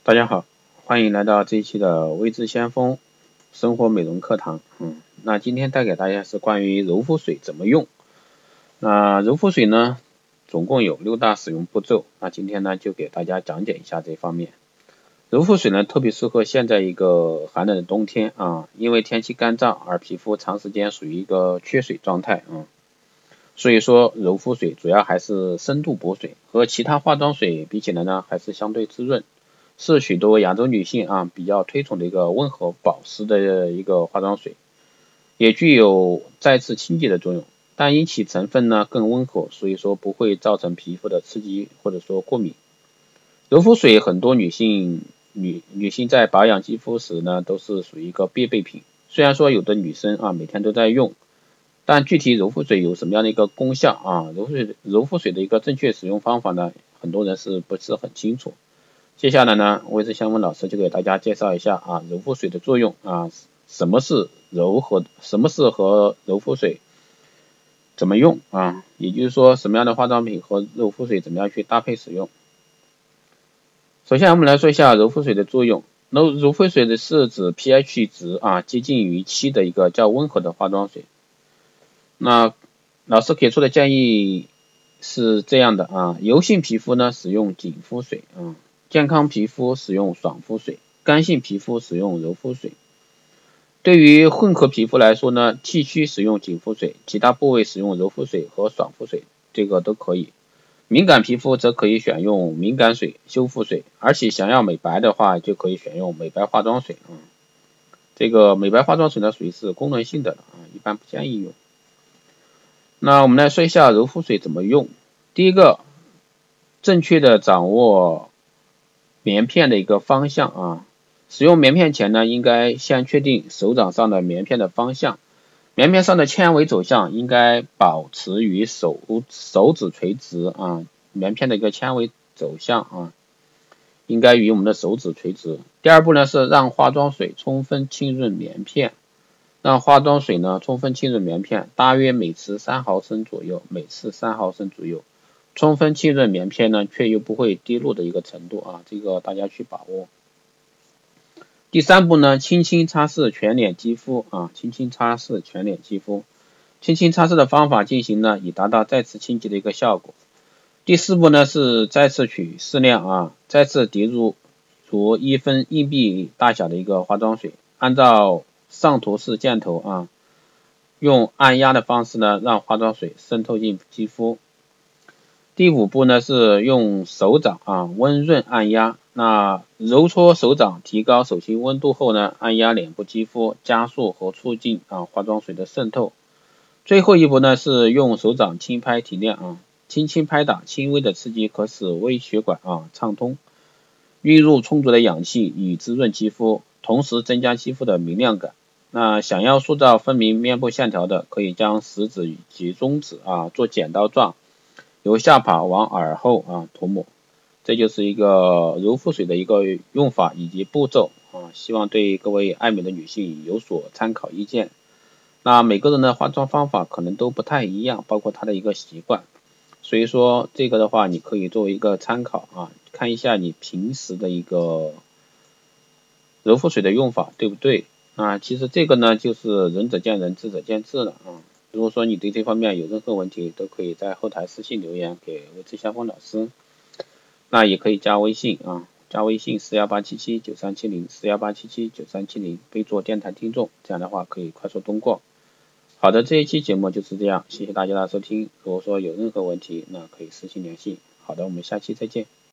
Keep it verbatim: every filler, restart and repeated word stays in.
大家好，欢迎来到这一期的微知先锋生活美容课堂。嗯，那今天带给大家是关于柔肤水怎么用。那柔肤水呢，总共有六大使用步骤。那今天呢，就给大家讲解一下这方面。柔肤水呢，特别适合现在一个寒冷的冬天啊，因为天气干燥，而皮肤长时间属于一个缺水状态啊。所以说，柔肤水主要还是深度补水，和其他化妆水比起来呢，还是相对滋润。是许多亚洲女性啊比较推崇的一个温和保湿的一个化妆水，也具有再次清洁的作用，但因其成分呢更温和，所以说不会造成皮肤的刺激或者说过敏。柔肤水很多女性女女性在保养肌肤时呢都是属于一个必备品，虽然说有的女生啊每天都在用，但具体柔肤水有什么样的一个功效啊，柔肤水柔肤水的一个正确使用方法呢，很多人是不是很清楚。接下来呢，微知先锋老师就给大家介绍一下啊柔肤水的作用啊，什么是柔和，什么是和柔肤水怎么用啊，也就是说什么样的化妆品和柔肤水怎么样去搭配使用。首先我们来说一下柔肤水的作用。柔柔肤水的是指 pH 值啊接近于七的一个较温和的化妆水。那老师给出的建议是这样的啊，油性皮肤呢使用紧肤水啊。健康皮肤使用爽肤水，干性皮肤使用柔肤水。对于混合皮肤来说呢，T区使用紧肤水，其他部位使用柔肤水和爽肤水，这个都可以。敏感皮肤则可以选用敏感水、修复水，而且想要美白的话，就可以选用美白化妆水啊。这个美白化妆水呢，属于是功能性的啊，一般不建议用。那我们来说一下柔肤水怎么用。第一个，正确的掌握棉片的一个方向啊，使用棉片前呢，应该先确定手掌上的棉片的方向，棉片上的纤维走向应该保持与手手指垂直啊，棉片的一个纤维走向啊，应该与我们的手指垂直。第二步呢是让化妆水充分浸润棉片，让化妆水呢充分浸润棉片，大约每次三毫升左右，每次三毫升左右。充分浸润棉片呢，却又不会滴落的一个程度啊，这个大家去把握。第三步呢，轻轻擦拭全脸肌肤啊，轻轻擦拭全脸肌肤。轻轻擦拭的方法进行呢，以达到再次清洁的一个效果。第四步呢是再次取适量啊，再次滴入如一分硬币大小的一个化妆水，按照上图示箭头啊，用按压的方式呢，让化妆水渗透进肌肤。第五步呢是用手掌啊温润按压，那揉搓手掌提高手心温度后呢，按压脸部肌肤，加速和促进啊化妆水的渗透。最后一步呢是用手掌轻拍提亮啊，轻轻拍打，轻微的刺激可使微血管啊畅通，运入充足的氧气以滋润肌肤，同时增加肌肤的明亮感。那想要塑造分明面部线条的，可以将食指以及中指啊做剪刀状，由下巴往耳后啊涂抹。这就是一个柔肤水的一个用法以及步骤啊，希望对各位爱美的女性有所参考意见。那每个人的化妆方法可能都不太一样，包括他的一个习惯，所以说这个的话你可以作为一个参考啊，看一下你平时的一个柔肤水的用法对不对啊？其实这个呢就是仁者见仁，智者见智了啊。如果说你对这方面有任何问题，都可以在后台私信留言给微知先锋老师，那也可以加微信啊，加微信四一八七七九三七零四一八七七九三七零，备注电台听众，这样的话可以快速通过。好的，这一期节目就是这样，谢谢大家的收听。如果说有任何问题，那可以私信联系。好的，我们下期再见。